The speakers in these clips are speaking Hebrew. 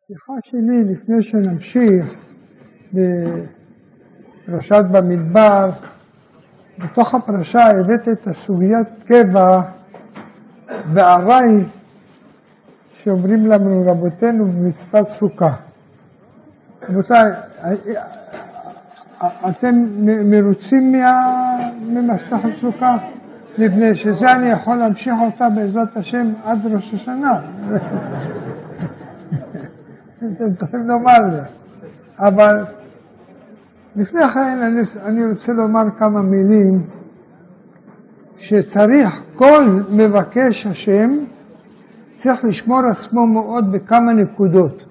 השיחה שלי לפני שנמשיך בפרשת במדבר, בתוך הפרשה הבאתי את הסוגיית קבע בערי שאומרים לנו רבותינו במצוות סוכה. רבותיי, אתם מרוצים ממסכת סוכה? מפני שזה אני יכול להמשיך אותה בעזרת השם עד ראש השנה. אתם צריכים לומר לי. אבל לפני כן אני רוצה לומר כמה מילים שצריך כל מבקש השם צריך לשמור עצמו מאוד בכמה נקודות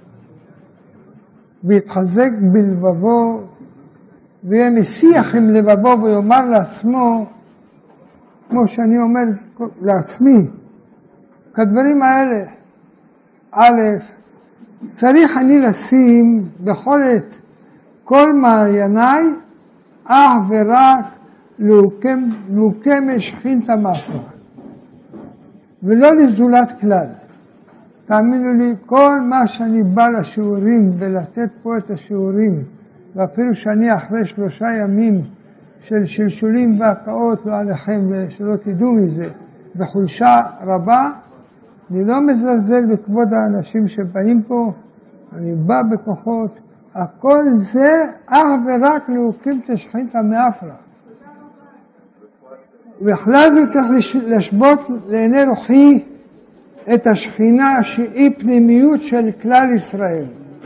ויתחזק בלבבו ויהיה משיח עם לבבו ויאמר לעצמו כמו שאני אומר לעצמי כדברים האלה. א', צריך אני לשים בכל עת כל מעייניי אך ורק להוקם שכינתא מפרע ולא לזולת כלל. תאמינו לי, כל מה שאני בא לשיעורים ולתת פה את השיעורים ואפילו שאני אחרי 3 ימים של שלשולים והקאות לא עליכם ושלא תדעו מזה בחולשה רבה, אני לא מזלזל בכבוד האנשים שבאים פה, אני בא בכוחות, הכל זה אך ורק להוקים את השכינתא מפרע. ובכלל זה צריך לשבות לעיני רוחי את השכינה שהיא פנימיות של כלל ישראל.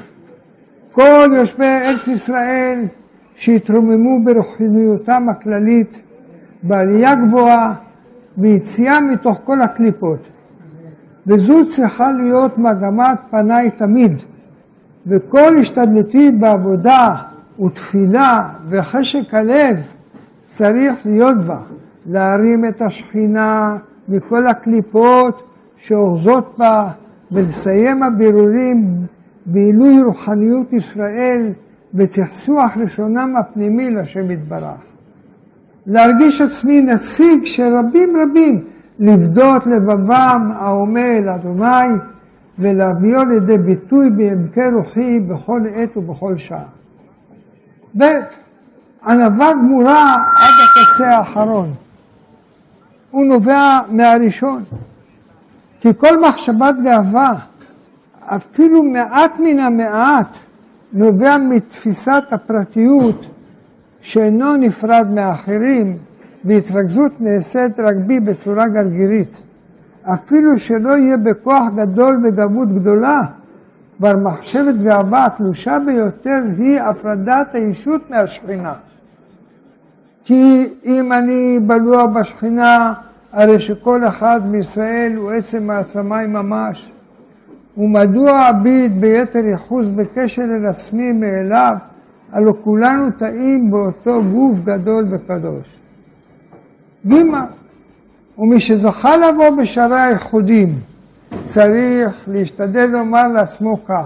כל יושבי ארץ ישראל שהתרוממו ברוחניותם הכללית בעלייה גבוהה ויציאה מתוך כל הקליפות. וזו צריכה להיות מגמת פניי תמיד, וכל השתדלתי בעבודה ותפילה וחשק הלב צריך להיות בה, להרים את השכינה מכל הקליפות שאוחזות בה ולסיים הבירורים בעילוי רוחניות ישראל וצחצוח לשונם הפנימי לשם יתברך. להרגיש עצמי נציג של רבים לבדות לבבם העומד אל אדוני ולהביאו לידי ביטוי בעמקי רוחי בכל עת ובכל שעה. ב', ענווה גמורה עד הקצה האחרון. הוא נובע מהראשון. כי כל מחשבת גאווה, אפילו מעט מן המעט, נובע מתפיסת הפרטיות שאינו נפרד מאחרים, והתרכזות נעשית רק בי בצורה גרגירית. אפילו שלא יהיה בכוח גדול וגבות גדולה, כבר מחשבת גאווה הקלושה ביותר היא הפרדת הישות מהשכינה. כי אם אני בלוע בשכינה, הרי שכל אחד מישראל הוא עצם העצמיים ממש. ומדוע אביט ביתר יחוס בקשר אל עצמי מאליו, הלא כולנו תאים באותו גוף גדול וקדוש. גימה, ומי שזוכה לבוא בשערי הייחודים, צריך להשתדל לומר לעצמו כך,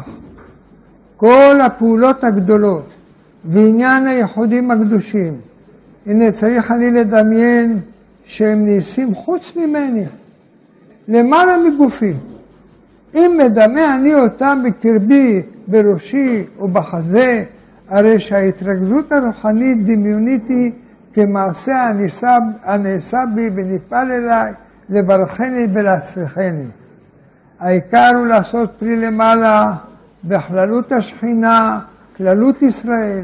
כל הפעולות הגדולות ועניין הייחודים הקדושים, הנה צריך אני לדמיין שהם נעשים חוץ ממני, למעלה מגופי. אם מדמה אני אותם בקרבי, בראשי ובחזה, הרי שההתרכזות הרוחנית דמיונית היא כמעשה הנעשה בי ונפעל אליי לברכני ולהצליחני. העיקר הוא לעשות פרי למעלה בכללות השכינה, כללות ישראל.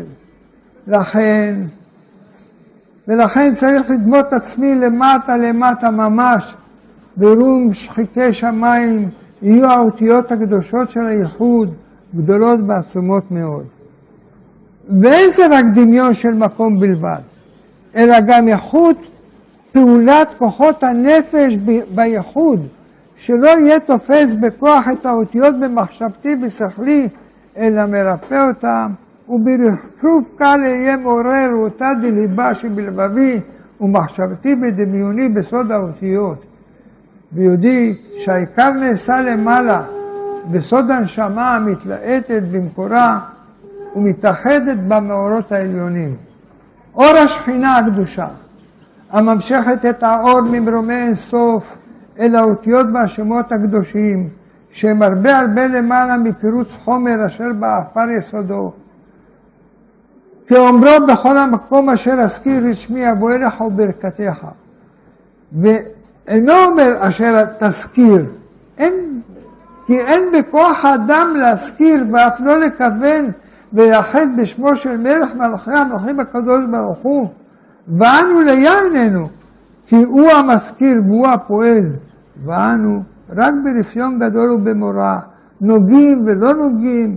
ולכן צריך לדמות עצמי למטה ממש, ברום שחיקי שמיים יהיו האותיות הקדושות של הייחוד גדולות ועצומות מאוד. ואיזה רק דמיון של מקום בלבד, אלא גם ייחוד פעולת כוחות הנפש בייחוד, שלא יהיה תופס בכוח את האותיות במחשבתי ושכלי, אלא מרפא אותם, וברפרוף קל יהיה מעורר אותה דליבה שבלבבי ומחשבתי בדמיוני בסוד האותיות. ויודעי שהעיקר נעשה למעלה בסוד הנשמה המתלעטת במקורה ומתאחדת במאורות העליונים. אור השכינה הקדושה, הממשכת את האור ממרומי אינסוף אל האותיות והשמות הקדושים, שהם הרבה למעלה מפירוץ חומר אשר באפר יסודו. כאומרו בכל המקום אשר אזכיר את שמי אבוא אליך וברכתך. ואינו אומר אשר תזכיר, כי אין בכוח האדם להזכיר ואף לא לכוון ולייחד בשמו של מלך מלכי המלכים הקדוש ברוך הוא, ואנו ליעננו, כי הוא המזכיר והוא הפועל, ואנו רק ברפיון גדול ובמורא, נוגעים ולא נוגעים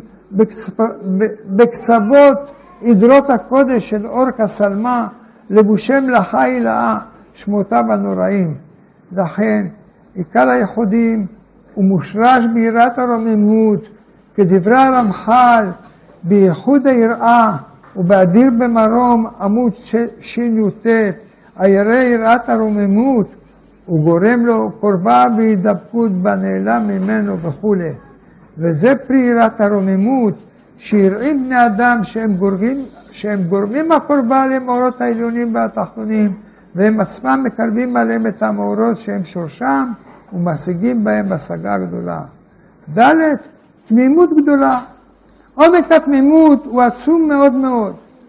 בקצוות עדרות הקודש של אור כסלמה, לבושי מלאכה הילאה, שמותיו הנוראים. לכן עיקר הייחודים הוא מושרש ביראת הרוממות, כדברי הרמח"ל, בייחוד היראה ובאדיר במרום עמוד שי"ט, הירא יראת הרוממות, הוא גורם לו קורבה והידבקות בנעלם ממנו וכו'. וזה פרי יראת הרוממות, שיראים בני אדם שהם גורמים הקורבה למאורות העליונים והתחתונים, והם עצמם מקרבים עליהם את המאורות שהם שורשם, ומשיגים בהם השגה גדולה. ד' תמימות גדולה. עומק התמימות הוא עצום מאוד מאוד.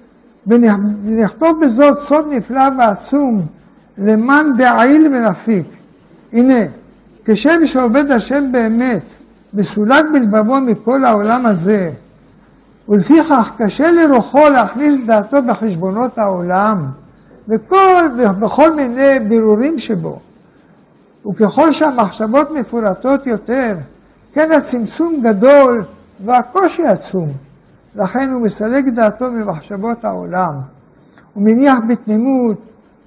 ונכתוב בזאת סוד נפלא ועצום, למען דעיל ונפיק. הנה, כשם שעובד השם באמת, מסולק בלבבו מכל העולם הזה, ולפיכך קשה לרוחו להכניס דעתו בחשבונות העולם, ובכל מיני בירורים שבו. וככל שהמחשבות מפורטות יותר, כן הצמצום גדול והקושי עצום. לכן הוא מסלק דעתו ממחשבות העולם. הוא מניח בתמימות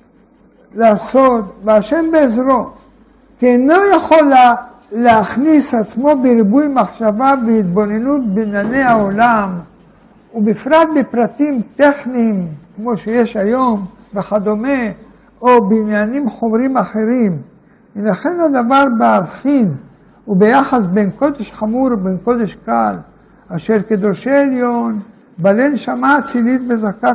לעשות, והשם בעזרו, כי אינו יכול להכניס עצמו בריבוי מחשבה והתבוננות בענייני העולם, ובפרט בפרטים טכניים, כמו שיש היום וכדומה, או בעניינים חומרים אחרים. ולכן הדבר בערכין, וביחס בין קודש חמור ובין קודש קל, אשר קדושי עליון, בעלי נשמה אצילית וזכה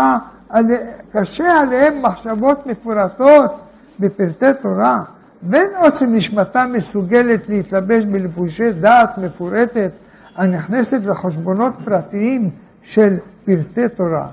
קשה עליהם מחשבות מפורטות בפרטי תורה, ואין עוצם נשמתה מסוגלת להתלבש בלבושי דעת מפורטת, הנכנסת לחשבונות פרטיים של פרטי תורה.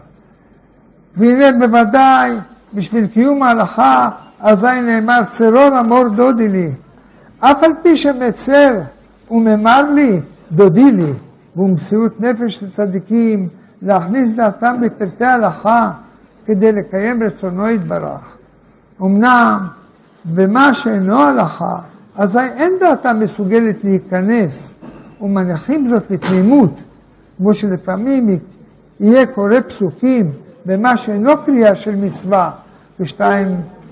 והנה בוודאי, בשביל קיום ההלכה, אזי נאמר, צרור אמור דודי לי. אף על פי שמצר וממר לי, דודי לי. ומסירות נפש לצדיקים, להכניס דעתם בפרטי ההלכה, כדי לקיים רצונו יתברך. אמנם, במה שאינו הלכה, אזי אין דעתם מסוגלת להיכנס, ומניחים זאת לתמימות, כמו שלפעמים יהיה קורא פסוקים, במה שאינו קריאה של מצווה, ושתיים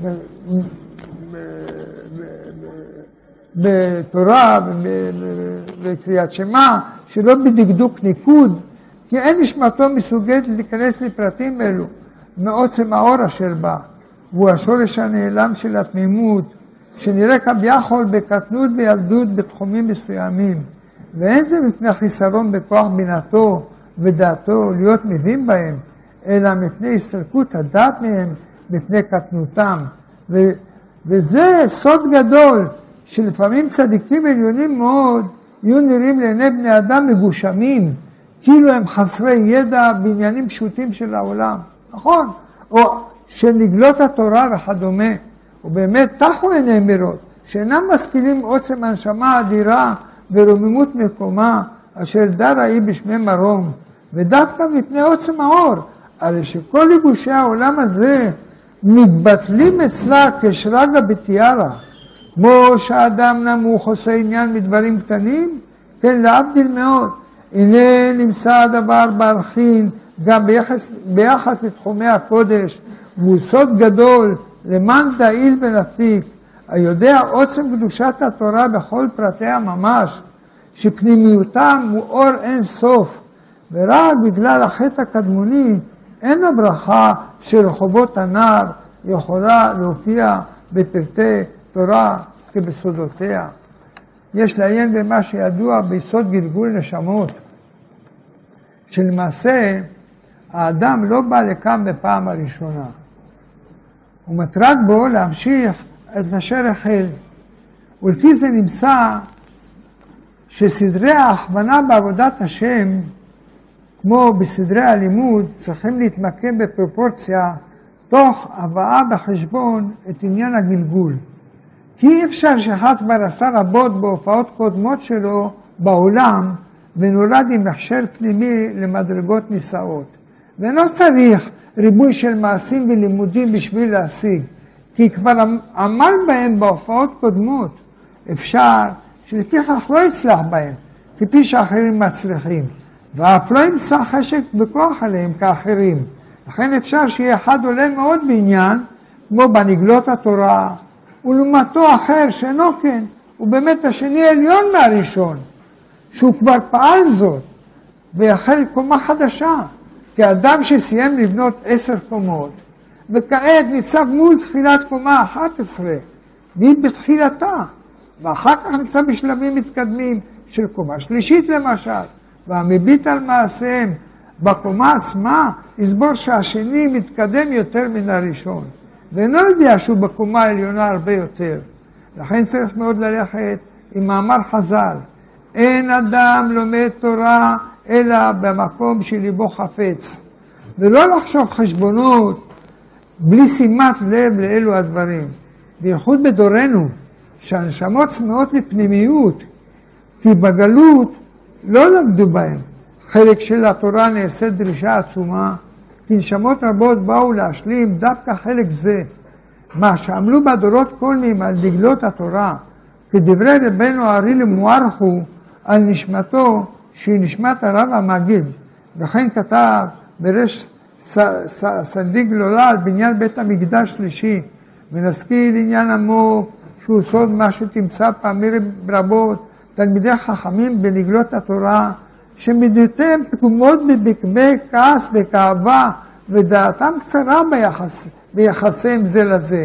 בתורה וקריאת שמע, שלא בדקדוק ניקוד, כי אין נשמתו מסוגלת להיכנס לפרטים אלו, מעוצם האור אשר בה, והוא השורש הנעלם של התמימות, שנראה כביכול בקטנות וילדות בתחומים מסוימים, ואין זה מפני חיסרון בכוח בינתו ודעתו להיות מבין בהם, אלא מפני הסתלקות הדעת מהם, מפני קטנותם. וזה סוד גדול, שלפעמים צדיקים עליונים מאוד, יהיו נראים לעיני בני אדם מגושמים, כאילו הם חסרי ידע בעניינים פשוטים של העולם. נכון? או שנגלות התורה וכדומה, ובאמת תחו עיניהם מראות, שאינם משכילים עוצם הנשמה האדירה ורוממות מקומה, אשר דרה היא בשמי מרום, ודווקא מפני עוצם האור, הרי שכל ליבושי העולם הזה מתבטלים אצלה כשרגע בתיארה, כמו שהאדם נמוך עושה עניין מדברים קטנים, כן להבדיל מאוד. הנה נמצא הדבר בערכין גם ביחס לתחומי הקודש, והוא סוד גדול למען דעיל ונפיק, היודע עוצם קדושת התורה בכל פרטיה ממש, שפנימיותם הוא אור אין סוף, ורק בגלל החטא הקדמוני אין הברכה שרחובות הנער יכולה להופיע בפרטי תורה כבסודותיה. יש לעיין במה שידוע ביסוד גלגול נשמות, שלמעשה האדם לא בא לכאן בפעם הראשונה. ומטרת בו להמשיך את נשר החל. ולפי זה נמצא שסדרי ההכוונה בעבודת השם, כמו בסדרי הלימוד, צריכים להתמקם בפרופורציה, תוך הבאה בחשבון את עניין הגלגול. כי אי אפשר שאחד כבר עשה רבות בהופעות קודמות שלו בעולם, ונולד עם הכשר פנימי למדרגות נישאות. ולא צריך ריבוי של מעשים ולימודים בשביל להשיג, כי כבר עמל בהם בהופעות קודמות. אפשר שלפיכך לא יצלח בהם, כפי שאחרים מצליחים, ואף לא ימצא חשק בכוח עליהם כאחרים. לכן אפשר שיהיה אחד עולה מאוד בעניין, כמו בנגלות התורה, ולעומתו אחר שאינו כן, הוא באמת השני עליון מהראשון, שהוא כבר פעל זאת, ויחל קומה חדשה, כאדם שסיים לבנות 10 קומות, וכעת ניצב מול תחילת קומה 11, והיא בתחילתה, ואחר כך נמצא בשלבים מתקדמים של קומה שלישית למשל, והמביט על מעשיהם בקומה עצמה, יסבור שהשני מתקדם יותר מן הראשון, ואינו יודע שהוא בקומה העליונה הרבה יותר. לכן צריך מאוד ללכת עם מאמר חז"ל, אין אדם לומד תורה אלא במקום שליבו חפץ, ולא לחשוב חשבונות בלי שימת לב לאלו הדברים. בייחוד בדורנו, שהנשמות צמאות לפנימיות, כי בגלות לא למדו בהם. חלק של התורה נעשית דרישה עצומה, כי נשמות רבות באו להשלים דווקא חלק זה. מה שעמלו בדורות קודמים על דגלות התורה, כדברי רבנו הארי למוארכו על נשמתו, שהיא נשמת הרב המגיד, וכן כתב ברש סנדי גלולה על בניין בית המקדש שלישי, ונזכיר עניין עמוק שהוא סוד מה שתמצא פעמים רבות תלמידי חכמים בנגלות התורה, שמידותיהם פגומות בבקבי כעס וכאבה, ודעתם קצרה ביחסיהם זה לזה.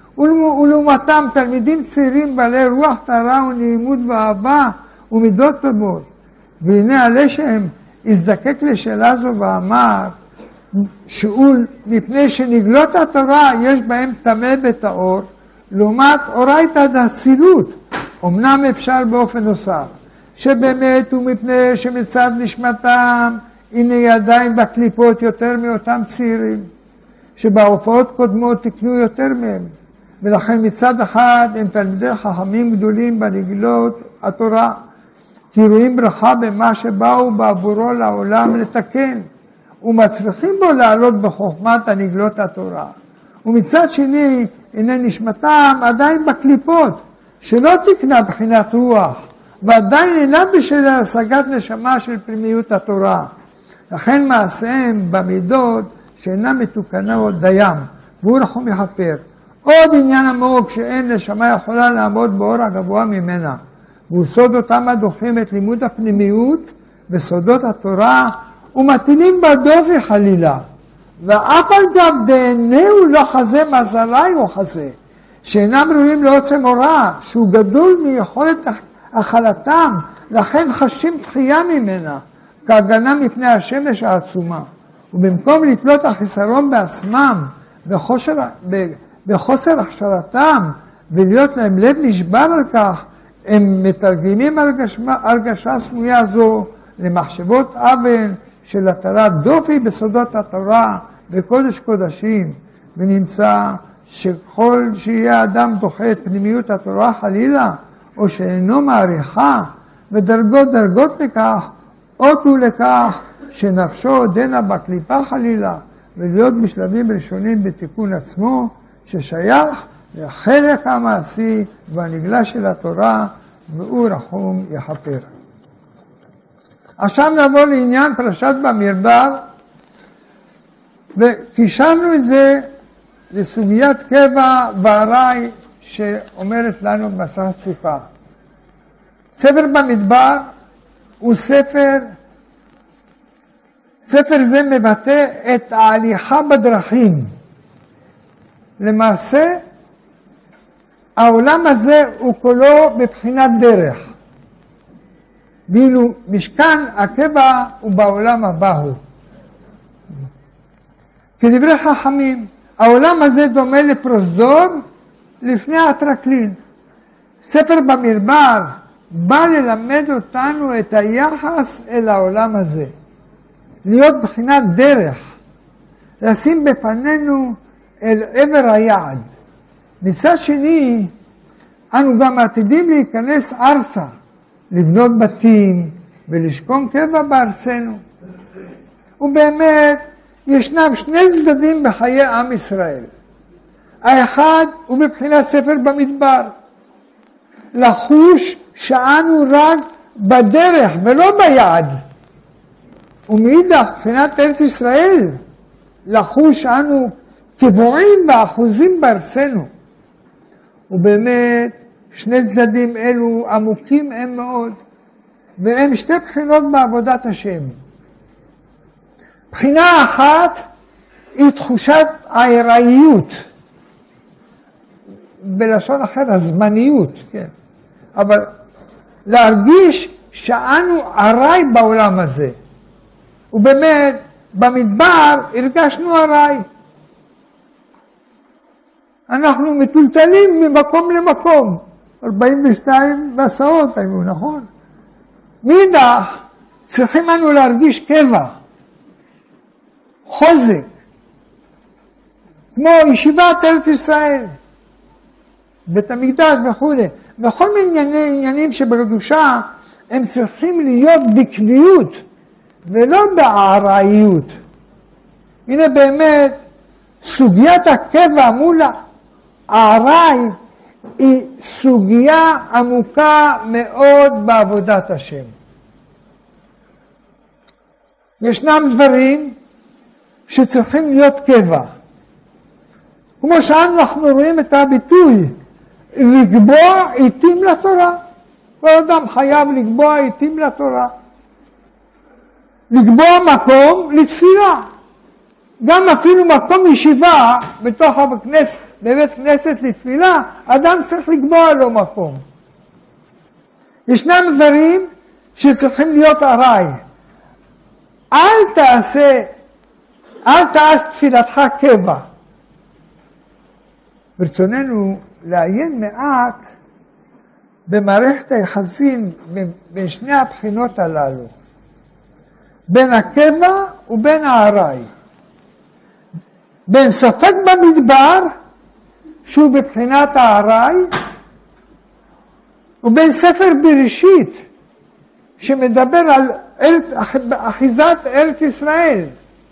ולעומתם תלמידים צעירים בעלי רוח טהרה ונעימות ואהבה ומידות טובות. והנה עלי שהם הזדקק לשאלה זו ואמר, שאול מפני שנגלות התורה יש בהם טמא בטהור, לעומת אורייתא דאצילות. אמנם אפשר באופן נוסף, שבאמת הוא מפני שמצד נשמתם הנה ידיים בקליפות יותר מאותם צעירים, שבהופעות קודמות תקנו יותר מהם, ולכן מצד אחד הם תלמידי חכמים גדולים בנגלות התורה, כי רואים ברכה במה שבאו בעבורו לעולם לתקן, ומצליחים בו לעלות בחוכמת הנגלות התורה. ומצד שני, הנה נשמתם עדיין בקליפות, שלא תקנה בחינת רוח, ועדיין אינה בשל השגת נשמה של פנימיות התורה. לכן מעשיהם במידות שאינה מתוקנות דיים, והוא רחום יכפר. עוד עניין עמוק שאין נשמה יכולה לעמוד באור הגבוה ממנה, והוא סוד אותם הדוחים את לימוד הפנימיות וסודות התורה, ומטילים בה דופי חלילה. ואף על גב דהנהו לא חזה מזלי או חזה, שאינם ראויים לעוצם הוראה, שהוא גדול מיכולת החלתם, לכן חשים דחייה ממנה, כהגנה מפני השמש העצומה. ובמקום לתלות החיסרון בעצמם, בחוסר הכשרתם, ולהיות להם לב נשבר על כך, הם מתרגמים הרגשה סמויה זו למחשבות אבן של הטלת דופי בסודות התורה וקודש קודשים, ונמצא שכל שיהיה אדם דוחה את פנימיות התורה חלילה, או שאינו מעריכה, ודרגות לכך, אותו לכך שנפשו עודנה בקליפה חלילה, ולהיות בשלבים ראשונים בתיקון עצמו, ששייך לחלק המעשי והנגלה של התורה, והוא רחום יכפר. עכשיו נעבור לעניין פרשת במדבר, וקישרנו את זה לסוגיית קבע וארעי שאומרת לנו במסכת סוכה. ספר במדבר הוא ספר זה מבטא את ההליכה בדרכים. למעשה, העולם הזה הוא כולו בבחינת דרך. ואילו משכן הקבע הוא בעולם הבא הוא. כדברי חכמים, העולם הזה דומה לפרוזדור לפני הטרקלין. ספר במדבר בא ללמד אותנו את היחס אל העולם הזה. להיות בחינת דרך, לשים בפנינו אל עבר היעד. מצד שני, אנו גם עתידים להיכנס ארצה, לבנות בתים ולשכון קבע בארצנו. ובאמת, ישנם שני צדדים בחיי עם ישראל. האחד הוא מבחינת ספר במדבר. לחוש שאנו רק בדרך ולא ביעד. ומאידך, מבחינת ארץ ישראל, לחוש שאנו קבועים ואחוזים בארצנו. ובאמת, שני צדדים אלו עמוקים הם מאוד, והם שתי בחינות בעבודת השם. בחינה אחת היא תחושת הארעיות, בלשון אחר הזמניות, כן. אבל להרגיש שאנו ארעי בעולם הזה. ובאמת, במדבר הרגשנו ארעי. אנחנו מטולטלים ממקום למקום. 42 מסעות היו, נכון? מאידך, צריכים אנו להרגיש קבע, חוזק, כמו ישיבת ארץ ישראל, בית המקדש וכו'. בכל מיני עניינים שבקדושה הם צריכים להיות בקביעות ולא בארעיות. הנה באמת, סוגיית הקבע מול הארעי היא סוגיה עמוקה מאוד בעבודת השם. ישנם דברים שצריכים להיות קבע. כמו שאנחנו רואים את הביטוי, לקבוע עיתים לתורה. כל אדם חייב לקבוע עיתים לתורה. לקבוע מקום לתפילה. גם אפילו מקום ישיבה בתוך בבית כנסת לתפילה, אדם צריך לקבוע לו מקום. ישנם דברים שצריכים להיות ארעי. אל תעש תפילתך קבע. ברצוננו לעיין מעט במערכת היחסים בין שני הבחינות הללו, בין הקבע ובין הארעי. בין ספק במדבר, שהוא בבחינת הארעי, ובין ספר בראשית, שמדבר על אחיזת ארץ ישראל.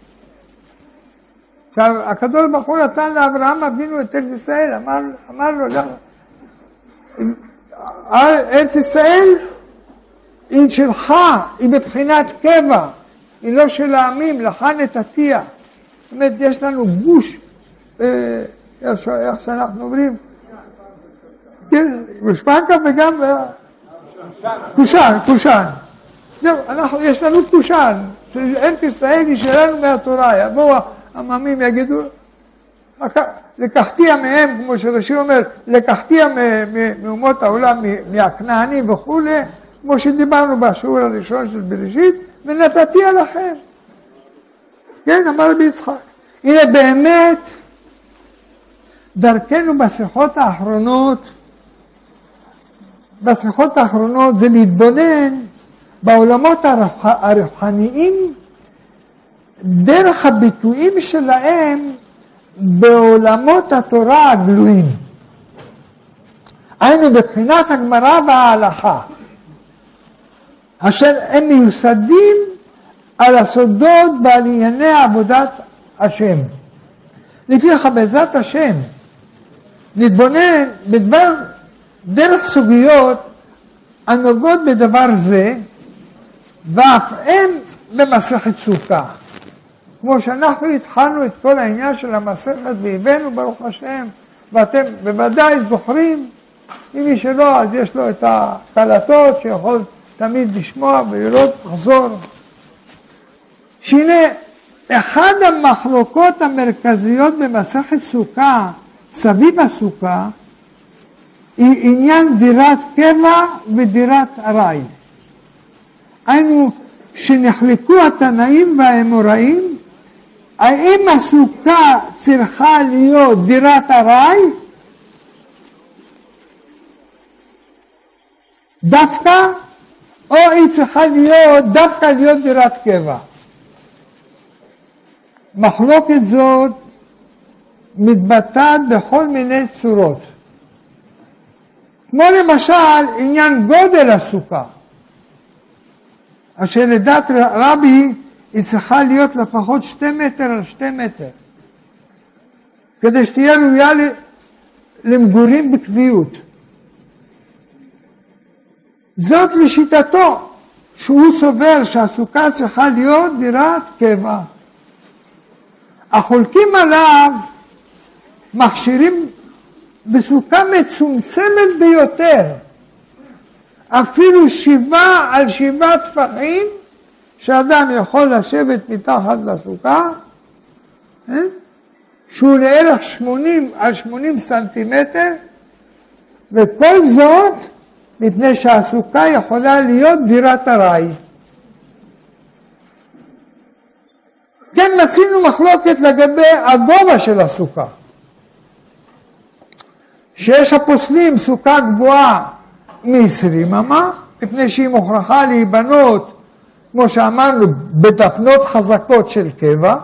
עכשיו, הקדוש ברוך הוא נתן לאברהם אבינו את ארץ ישראל, אמר לו, ארץ ישראל היא שלך, היא בבחינת קבע, היא לא של העמים, לך נתתיה. זאת אומרת, יש לנו גוש, איך שאנחנו אומרים, כן, גושפנקה וגם קושן. יש לנו קושן, ארץ ישראל היא שלנו מהתורה. יבואו המאמים יגידו, לקחתיה מהם, כמו שרש"י אומר, לקחתיה מאומות העולם, מהכנענים וכו', כמו שדיברנו בשיעור הראשון של בראשית, ונתתיה לכם. כן, אמר רבי יצחק. הנה באמת, דרכנו בשיחות האחרונות זה להתבונן בעולמות הרוחניים, דרך הביטויים שלהם בעולמות התורה הגלויים. היינו בבחינת הגמרא וההלכה, אשר הם מיוסדים על הסודות ועל ענייני עבודת השם. לפיכך בעזרת השם נתבונן דרך סוגיות הנוגעות בדבר זה, ואף הם במסכת סוכה. כמו שאנחנו התחלנו את כל העניין של המסכת והבאנו ברוך השם, ואתם בוודאי זוכרים, אם מי שלא אז יש לו את הקלטות שיכול תמיד לשמוע ולראות, לחזור. שהנה, אחד המחלוקות המרכזיות במסכת סוכה, סביב הסוכה, היא עניין דירת קבע ודירת ארעי. היינו, שנחלקו התנאים והאמוראים, האם הסוכה צריכה להיות דירת ארעי, דווקא, או היא צריכה להיות, דווקא להיות דירת קבע. מחלוקת זאת מתבטאת בכל מיני צורות. כמו למשל עניין גודל הסוכה, אשר לדעת רבי היא צריכה להיות לפחות 2 מטר על 2 מטר, כדי שתהיה ראויה למגורים בקביעות. זאת לשיטתו, שהוא סובר שהסוכה צריכה להיות דירת קבע. החולקים עליו מכשירים בסוכה מצומצמת ביותר, אפילו 7 על 7 טפחים, שאדם יכול לשבת מתחת לסוכה, שהוא לערך 80 על 80 סנטימטר, וכל זאת מפני שהסוכה יכולה להיות דירת ארעי. כן, מצינו מחלוקת לגבי הגובה של הסוכה. שיש הפוסלים סוכה גבוהה מ-20 אמה, מפני שהיא מוכרחה להיבנות, כמו שאמרנו, בדפנות חזקות של קבע,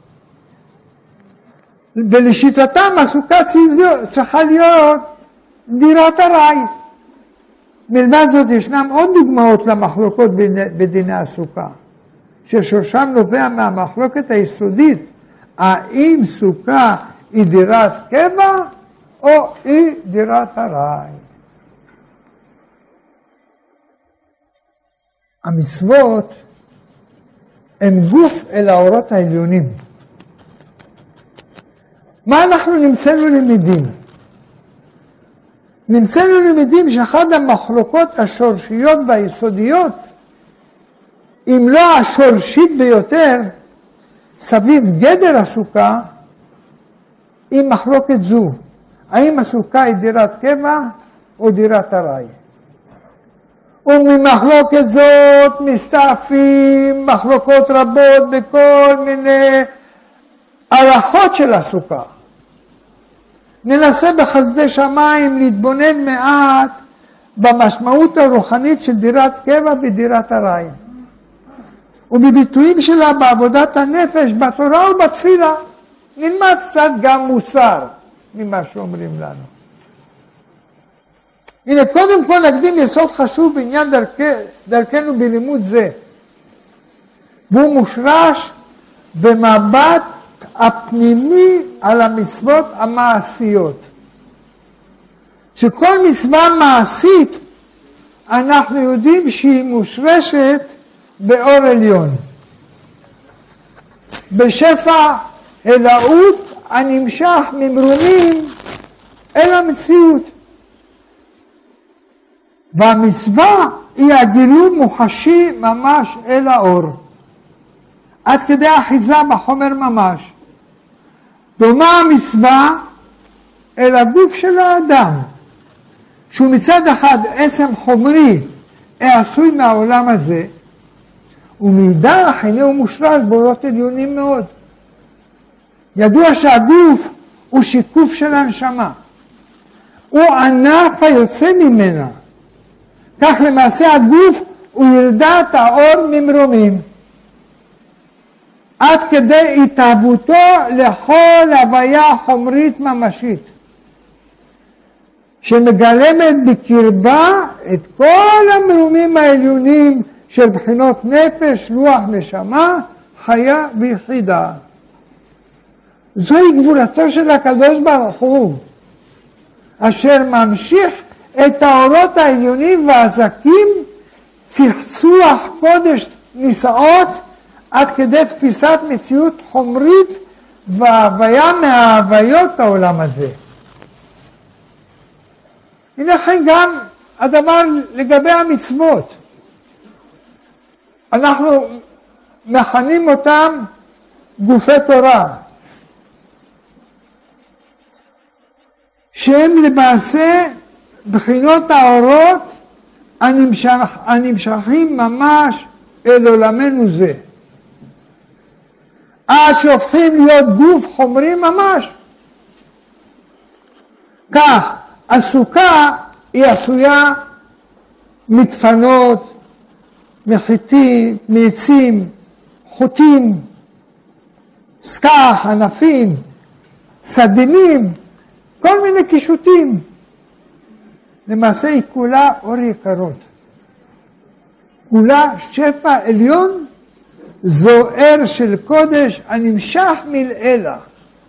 ולשיטתם הסוכה צריכה להיות דירת ארעי. מלבד זאת ישנם עוד דוגמאות למחלוקות בדיני הסוכה, ששורשם נובע מהמחלוקת היסודית, האם סוכה היא דירת קבע או היא דירת ארעי. המצוות הם גוף אל האורות העליונים. מה אנחנו נמצאנו למדים? נמצאנו למדים שאחד המחלוקות השורשיות והיסודיות, אם לא השורשית ביותר, סביב גדר הסוכה, היא מחלוקת זו. האם הסוכה היא דירת קבע או דירת ארעי? וממחלוקת זאת מסתעפים מחלוקות רבות בכל מיני הלכות של הסוכה. ננסה בחסדי שמיים להתבונן מעט במשמעות הרוחנית של דירת קבע ודירת ארעי, ובביטויים שלה בעבודת הנפש, בתורה ובתפילה. נלמד קצת גם מוסר ממה שאומרים לנו. הנה, קודם כל נקדים יסוד חשוב בעניין דרכנו בלימוד זה, והוא מושרש במבט הפנימי על המצוות המעשיות. שכל מצווה מעשית אנחנו יודעים שהיא מושרשת באור עליון, בשפע אלוהות הנמשך ממרומים אל המציאות. והמצווה היא הגילוי מוחשי ממש אל האור, עד כדי אחיזה בחומר ממש. דומה המצווה אל הגוף של האדם, שהוא מצד אחד עצם חומרי העשוי מהעולם הזה, ומאידך הנה הוא מושרש באורות עליונים מאוד. ידוע שהגוף הוא שיקוף של הנשמה, הוא ענף היוצא ממנה. כך למעשה הגוף הוא ירידת האור ממרומים, עד כדי התאהבותו לכל הוויה חומרית ממשית, שמגלמת בקרבה את כל המרומים העליונים של בחינות נפש, רוח, נשמה, חיה ויחידה. זוהי גבולתו של הקדוש ברוך הוא, אשר ממשיך את האורות העליונים והזקים, צחצוח קודש נישאות, עד כדי תפיסת מציאות חומרית והוויה מההוויות העולם הזה. הנה כן גם הדבר לגבי המצוות. אנחנו מכנים אותם גופי תורה, שהם למעשה בחינות האורות הנמשכים ממש אל עולמנו זה, עד שהופכים להיות גוף חומרי ממש. כך, הסוכה היא עשויה מדפנות, מחיטים, מעצים, חוטים, סכך, ענפים, סדינים, כל מיני קישוטים. למעשה היא כולה אור יקרות. כולה שפע עליון, זוהר של קודש הנמשך מלעילה.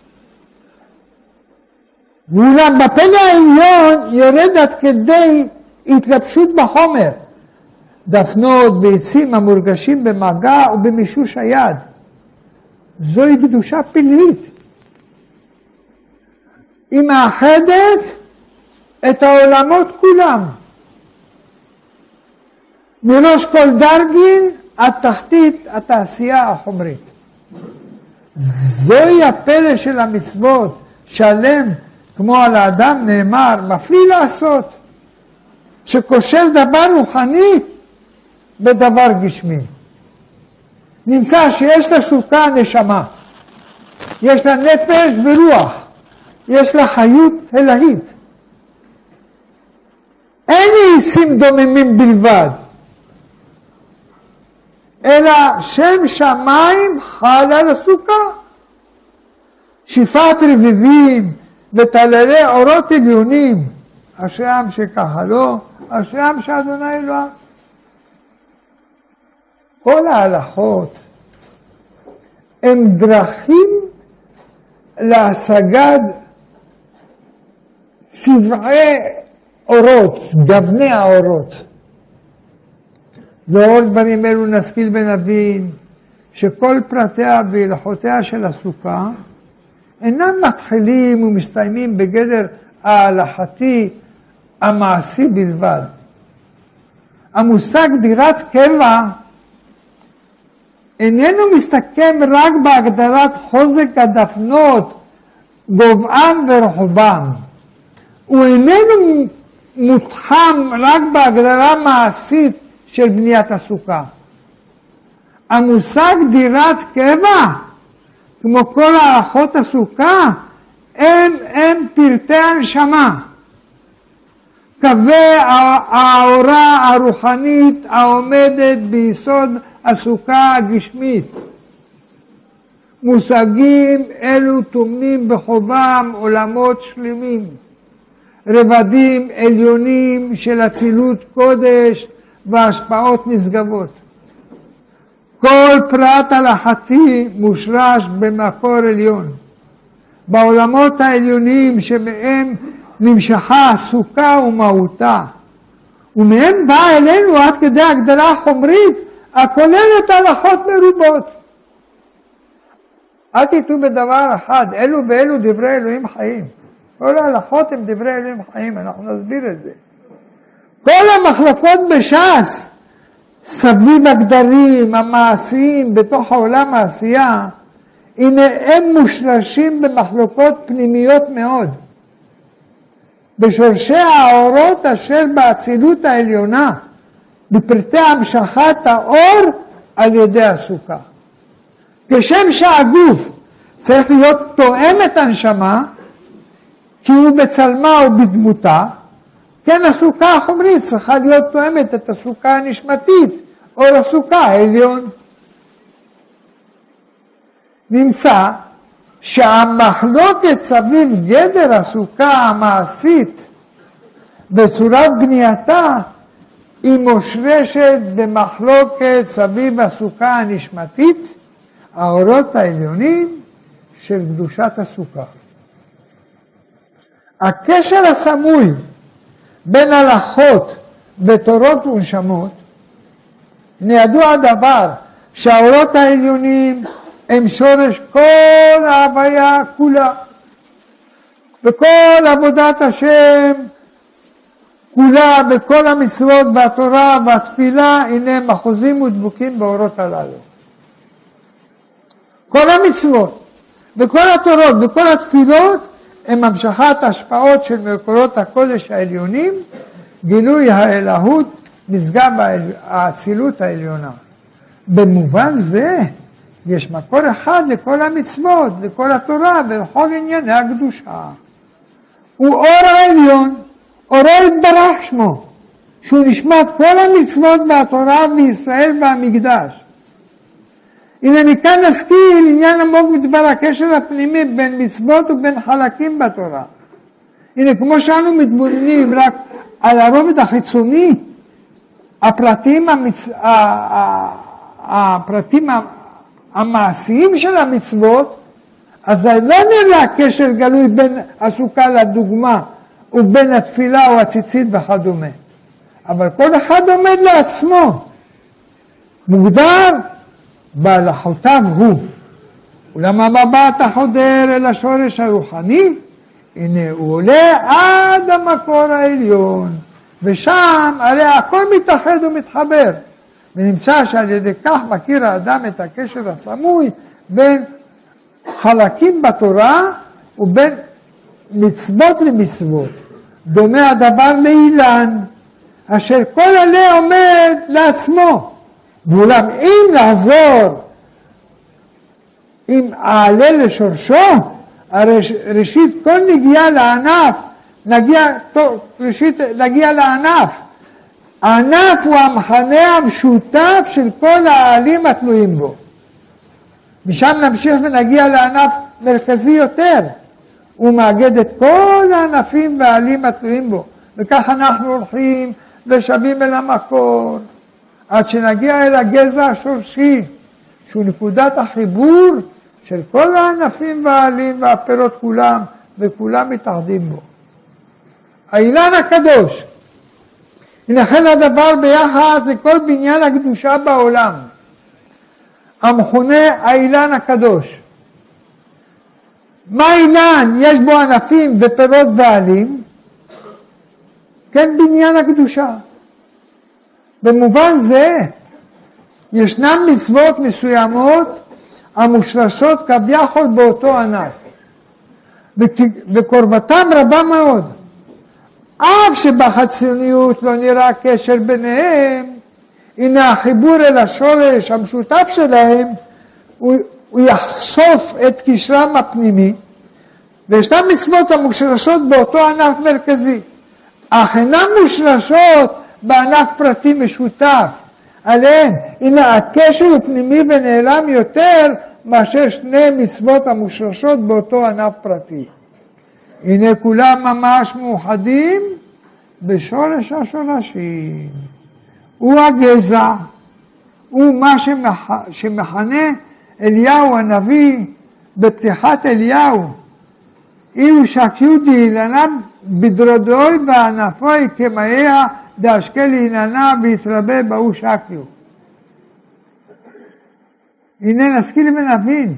ואולם בפלא העליון יורד עד כדי התלבשות בחומר. דפנות ועצים המורגשים במגע ובמישוש היד. זוהי קדושה פלאית. היא מאחדת את העולמות כולם. מראש כל דרגין עד תחתית התעשייה החומרית. זוהי הפלא של המצוות, שלם כמו על האדם נאמר, מפליא לעשות, שקושר דבר רוחני בדבר גשמי. נמצא שיש לסוכה נשמה, יש לה נפש ורוח, יש לה חיות אלהית. אין עיסים דוממים בלבד, אלא שם שמיים חל על הסוכה. שפעת רביבים וטללי אורות עליונים, אשרי עם שככה לו, אשרי עם שאדוני אלוהיו. כל ההלכות הם דרכים להשגת צבעי אורות, גווני האורות. ועוד דברים אלו נשכיל ונבין שכל פרטיה והלכותיה של הסוכה אינם מתחילים ומסתיימים בגדר ההלכתי המעשי בלבד. המושג דירת קבע איננו מסתכם רק בהגדרת חוזק הדפנות, גובהן ורחובן. הוא איננו מותחם רק בהגדרה מעשית של בניית הסוכה. המושג דירת קבע, כמו כל הערכות הסוכה, הם פרטי הנשמה. קווי האורה הרוחנית העומדת ביסוד הסוכה הגשמית. מושגים אלו טומנים בחובם עולמות שלמים, רבדים עליונים של אצילות קודש והשפעות נשגבות. כל פרט הלכתי מושרש במקור עליון. בעולמות העליונים שמהם נמשכה הסוכה ומהותה, ומהם באה אלינו עד כדי הגדלה חומרית הכוללת הלכות מרובות. אל תטעו בדבר אחד, אלו ואלו דברי אלוהים חיים. כל ההלכות הם דברי אלוהים חיים, אנחנו נסביר את זה. כל המחלקות בש"ס, סביב הגדרים המעשיים בתוך העולם העשייה, הנה הם מושרשים במחלוקות פנימיות מאוד. בשורשי האורות אשר באצילות העליונה, בפרטי המשכת האור על ידי הסוכה. כשם שהגוף צריך להיות תואם את הנשמה, כי הוא בצלמה ובדמותה, כן הסוכה החומרית צריכה להיות תואמת את הסוכה הנשמתית, או הסוכה העליון. נמצא שהמחלוקת סביב גדר הסוכה המעשית בצורת בנייתה היא מושרשת במחלוקת סביב הסוכה הנשמתית, האורות העליונים של קדושת הסוכה. הקשר הסמוי בין הלכות ותורות ונשמות, ידוע הדבר שהאורות העליונים הם שורש כל ההוויה כולה, וכל עבודת השם כולה, בכל המצוות והתורה והתפילה, הנה הם אחוזים ודבוקים באורות הללו. כל המצוות וכל התורות וכל התפילות הם המשכת השפעות של מקורות הקודש העליונים, גילוי האלוהות, נשגב האצילות העליונה. במובן זה יש מקור אחד לכל המצוות, לכל התורה ולכל ענייני הקדושה. הוא אור העליון, אורו יתברך שמו, שהוא נשמט כל המצוות והתורה בישראל והמקדש. הנה מכאן נזכיר עניין עמוק בדבר הקשר הפנימי בין מצוות ובין חלקים בתורה. הנה כמו שאנו מתבוננים רק על הרובד החיצוני, הפרטים המעשיים של המצוות, אז זה לא נראה קשר גלוי בין הסוכה לדוגמה ובין התפילה או הציצית וכדומה. אבל כל אחד עומד לעצמו, מוגדר בהלכותיו הוא. אולם המבט החודר אל השורש הרוחני, הנה הוא עולה עד המקור העליון, ושם הרי הכל מתאחד ומתחבר, ונמצא שעל ידי כך מכיר האדם את הקשר הסמוי בין חלקים בתורה ובין מצוות למצוות. דומה הדבר לאילן, אשר כל עלה עומד לעצמו, ואולם אם לעזור אם העלה לשורשו, הרי ראשית כל נגיעה לענף, נגיע לענף. הענף הוא המחנה המשותף של כל העלים התלויים בו. משם נמשיך ונגיע לענף מרכזי יותר. הוא מאגד את כל הענפים והעלים התלויים בו. וכך אנחנו הולכים ושבים אל המקור, עד שנגיע אל הגזע השורשי, שהוא נקודת החיבור של כל הענפים והעלים והפירות כולם, וכולם מתאחדים בו. האילן הקדוש, הנחל הדבר ביחס לכל בניין הקדושה בעולם, המכונה האילן הקדוש. מה אילן? יש בו ענפים ופירות ועלים, כן בניין הקדושה. במובן זה, ישנן מצוות מסוימות המושרשות כביכול באותו ענף, וקרבתם רבה מאוד. אף שבחיצוניות לא נראה קשר ביניהם, הנה החיבור אל השורש המשותף שלהם, הוא יחשוף את קשרם הפנימי, וישנן מצוות המושרשות באותו ענף מרכזי, אך אינן מושרשות בענף פרטי משותף. עליהם, הנה הקשר הוא פנימי ונעלם יותר מאשר שני מצוות המושרשות באותו ענף פרטי. הנה כולם ממש מאוחדים בשורש השורשים. הוא הגזע, הוא מה שמכנה אליהו הנביא בפתיחת אליהו. אילו שקיו דאילנם בדרדוי בענפוי כמאיה דאשקל אילנה ויתרבה באו שקיו. הנה נשכיל ונבין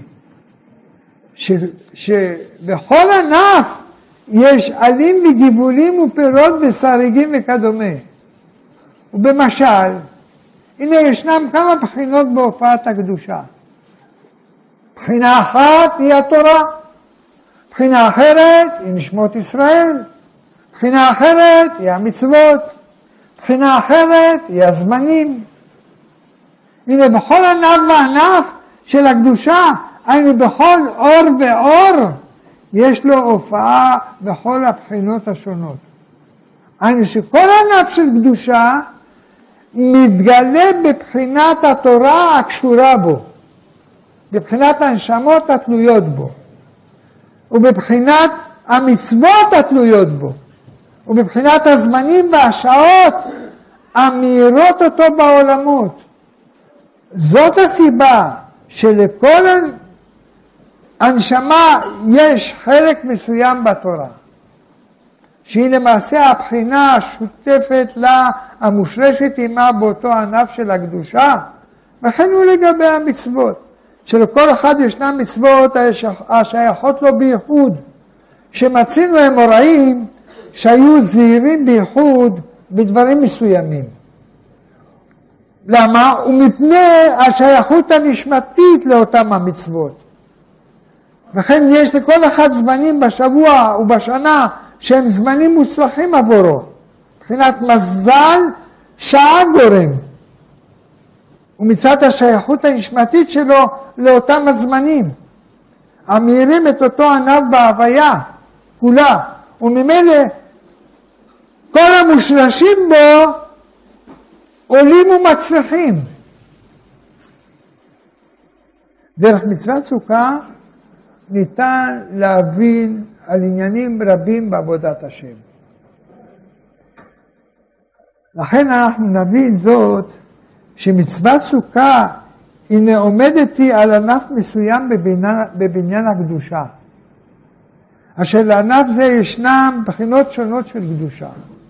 שבכל ענף יש עלים וגיבולים ופירות ושריגים וכדומה. ובמשל, הנה ישנם כמה בחינות בהופעת הקדושה. בחינה אחת היא התורה, בחינה אחרת היא נשמות ישראל, בחינה אחרת היא המצוות, בחינה אחרת היא הזמנים. הנה בכל ענף וענף של הקדושה, היינו בכל אור ואור, יש לו הופעה בכל הבחינות השונות. היינו שכל ענף של קדושה מתגלה בבחינת התורה הקשורה בו, בבחינת הנשמות התלויות בו, ובבחינת המצוות התלויות בו, ובבחינת הזמנים והשעות המאירות אותו בעולמות. זאת הסיבה שלכל הנשמה יש חלק מסוים בתורה, שהיא למעשה הבחינה השותפת לה, המושרשת עימה באותו ענף של הקדושה, וכן הוא לגבי המצוות, שלכל אחד ישנן מצוות השייכות לו בייחוד, שמצינו אמוראים שהיו זהירים בייחוד בדברים מסוימים. למה? ומפני השייכות הנשמתית לאותם המצוות. וכן יש לכל אחד זמנים בשבוע ובשנה שהם זמנים מוצלחים עבורו, מבחינת מזל שעה גורם, ומצד השייכות הנשמתית שלו לאותם הזמנים, המאירים את אותו ענף בהוויה כולה, וממילא כל המושרשים בו עולים ומצליחים. דרך מצוות סוכה ניתן להבין על עניינים רבים בעבודת השם. לכן אנחנו נבין זאת שמצוות סוכה היא עומדת על ענף מסוים בבניין הקדושה. אשר לענף זה ישנם בחינות שונות של קדושה.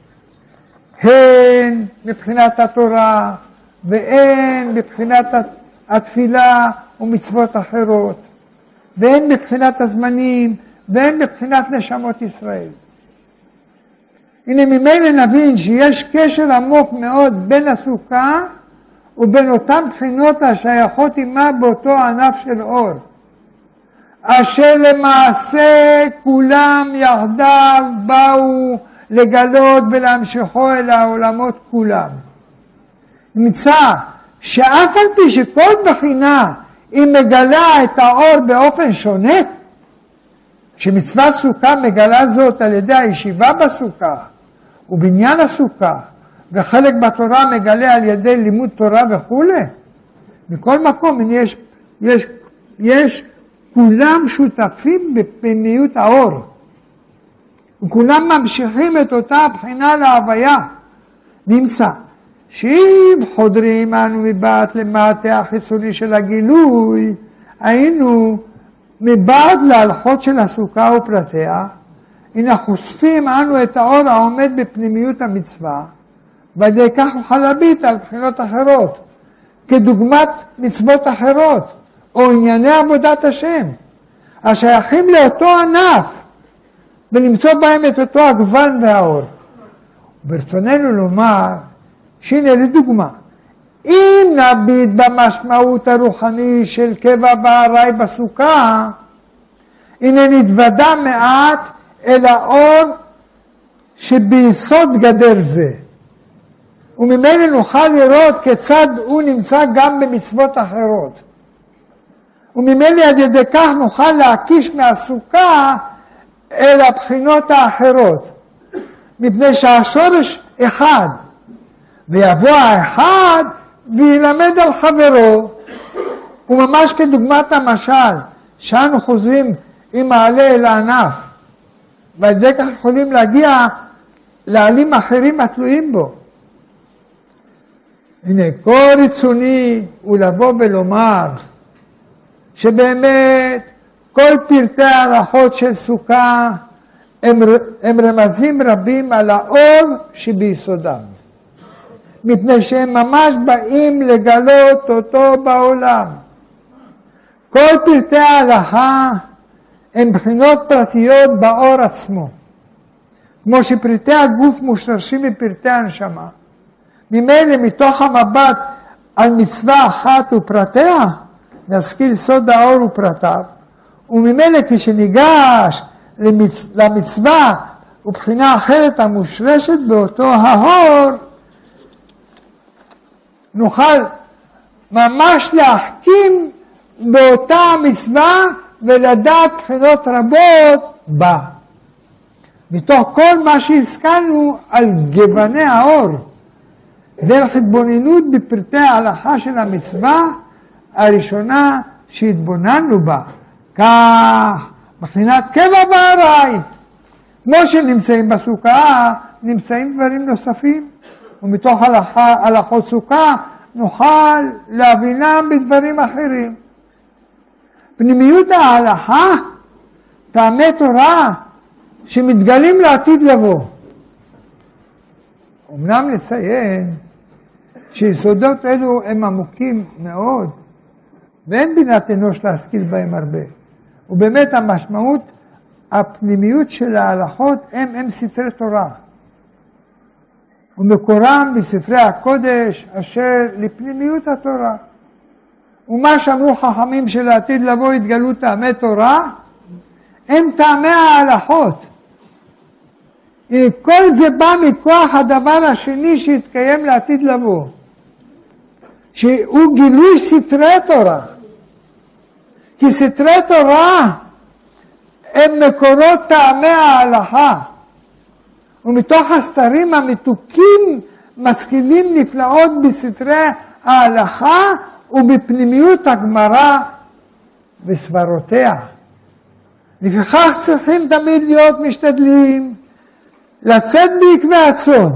הן מבחינת התורה והן מבחינת התפילה ומצוות אחרות, והן מבחינת הזמנים והן מבחינת נשמות ישראל. הנה ממילא נבין שיש קשר עמוק מאוד בין הסוכה ובין אותן בחינות השייכות עמה באותו ענף של אור, אשר למעשה כולם יחדיו באו לגלות ולהמשיכו אל העולמות כולם. נמצא שאף על פי שכל בחינה היא מגלה את האור באופן שונה, שמצוות סוכה מגלה זאת על ידי הישיבה בסוכה ובניין הסוכה, וחלק בתורה מגלה על ידי לימוד תורה וכו'. מכל מקום יש כולם שותפים בפנימיות האור, וכולם ממשיכים את אותה הבחינה להוויה. נמצא שאם חודרים אנו מבעד למטה החיצוני של הגילוי, היינו מבעד להלכות של הסוכה ופרטיה, הנה חושפים אנו את האור העומד בפנימיות המצווה, ועל ידי כך נוכל להביט על בחינות אחרות, כדוגמת מצוות אחרות, או ענייני עבודת השם, השייכים לאותו ענף, ולמצוא בהם את אותו הגוון והאור. ברצוננו לומר, שהנה לדוגמה, אם נביט במשמעות הרוחני של קבע בארעי בסוכה, הנה נתוודע מעט אל האור שביסוד גדר זה, וממילא נוכל לראות כיצד הוא נמצא גם במצוות אחרות. וממילא על ידי כך נוכל להקיש מהסוכה אל הבחינות האחרות, מפני שהשורש אחד, ויבוא האחד וילמד על חברו. וממש כדוגמת המשל, שאנו חוזרים עם מעלה אל הענף, ועל ידי כך יכולים להגיע לעלים אחרים התלויים בו. הנה, כל רצוני הוא לבוא ולומר, שבאמת כל פרטי ההלכות של סוכה הם רמזים רבים על האור שביסודם, מפני שהם ממש באים לגלות אותו בעולם. כל פרטי ההלכה הם בחינות פרטיות באור עצמו, כמו שפרטי הגוף מושרשים בפרטי הנשמה. ממילא מתוך המבט על מצווה אחת ופרטיה, נשכיל סוד האור ופרטיו, וממילא כשניגש למצווה ובחינה אחרת המושרשת באותו האור, נוכל ממש להחכים באותה המצווה ולדעת בחינות רבות בה. מתוך כל מה שהזכרנו על גווני האור, דרך התבוננות בפרטי ההלכה של המצווה הראשונה שהתבוננו בה, כך בחינת קבע בארעי, כמו שנמצאים בסוכה, נמצאים דברים נוספים, ומתוך הלכות סוכה נוכל להבינם בדברים אחרים. פנימיות ההלכה, טעמי תורה שמתגלים לעתיד לבוא. אמנם לציין שיסודות אלו הם עמוקים מאוד, ואין בינת אנוש להשכיל בהם הרבה. ובאמת המשמעות, הפנימיות של ההלכות הם ספרי תורה. ומקורם בספרי הקודש אשר לפנימיות התורה. ומה שאמרו חכמים שלעתיד לבוא התגלו טעמי תורה, הם טעמי ההלכות. כל זה בא מכוח הדבר השני שהתקיים לעתיד לבוא, שהוא גילוי סתרי תורה. כי סתרי תורה הם מקורות טעמי ההלכה, ומתוך הסתרים המתוקים משכילים נפלאות בסתרי ההלכה ובפנימיות הגמרא וסברותיה. לפיכך צריכים תמיד להיות משתדלים לצאת בעקבי הצאן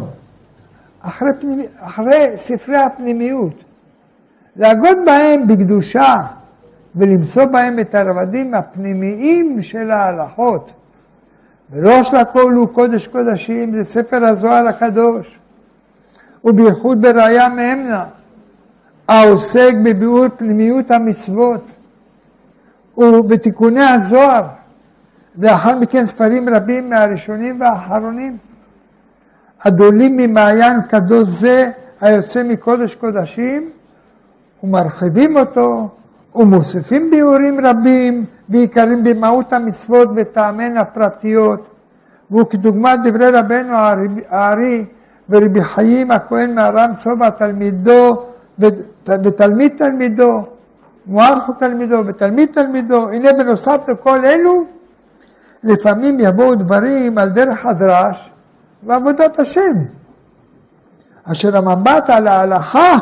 אחרי ספרי הפנימיות, להגות בהם בקדושה ולמצוא בהם את הרבדים הפנימיים של ההלכות. וראש לכל הוא קודש קודשים, זה ספר הזוהר הקדוש, ובייחוד בראיה מאמנה, העוסק בביאור פנימיות המצוות ובתיקוני הזוהר, לאחר מכן ספרים רבים מהראשונים והאחרונים, הדולים ממעיין קדוש זה היוצא מקודש קודשים, ומרחיבים אותו, ומוסיפים ביאורים רבים, בעיקרים במהות המצוות וטעמיהן הפרטיות, והוא כדוגמת דברי רבנו הארי ורבי חיים הכהן מהר"ם צובא תלמידו ותלמיד תלמידו, מוערך תלמידו ותלמיד תלמידו. הנה בנוסף לכל אלו, לפעמים יבואו דברים על דרך הדרש ועבודת השם, אשר המבט על ההלכה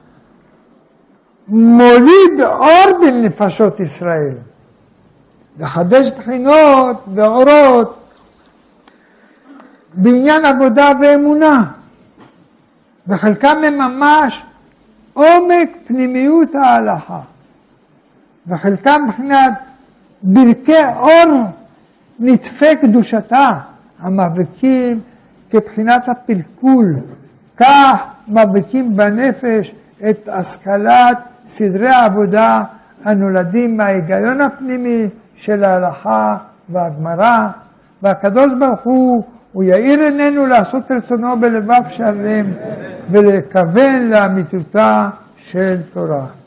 מוליד אור בנפשות ישראל, לחדש בחינות ואורות בעניין עבודה ואמונה, וחלקם הם ממש עומק פנימיות ההלכה, וחלקם מבחינת ברכי אור נטפי קדושתה, המאבקים כבחינת הפלקול, כך מאבקים בנפש את השכלת סדרי העבודה הנולדים מההיגיון הפנימי של ההלכה והגמרא, והקדוש ברוך הוא יאיר עינינו לעשות רצונו בלבב שלם ולכוון לאמיתותה של תורה.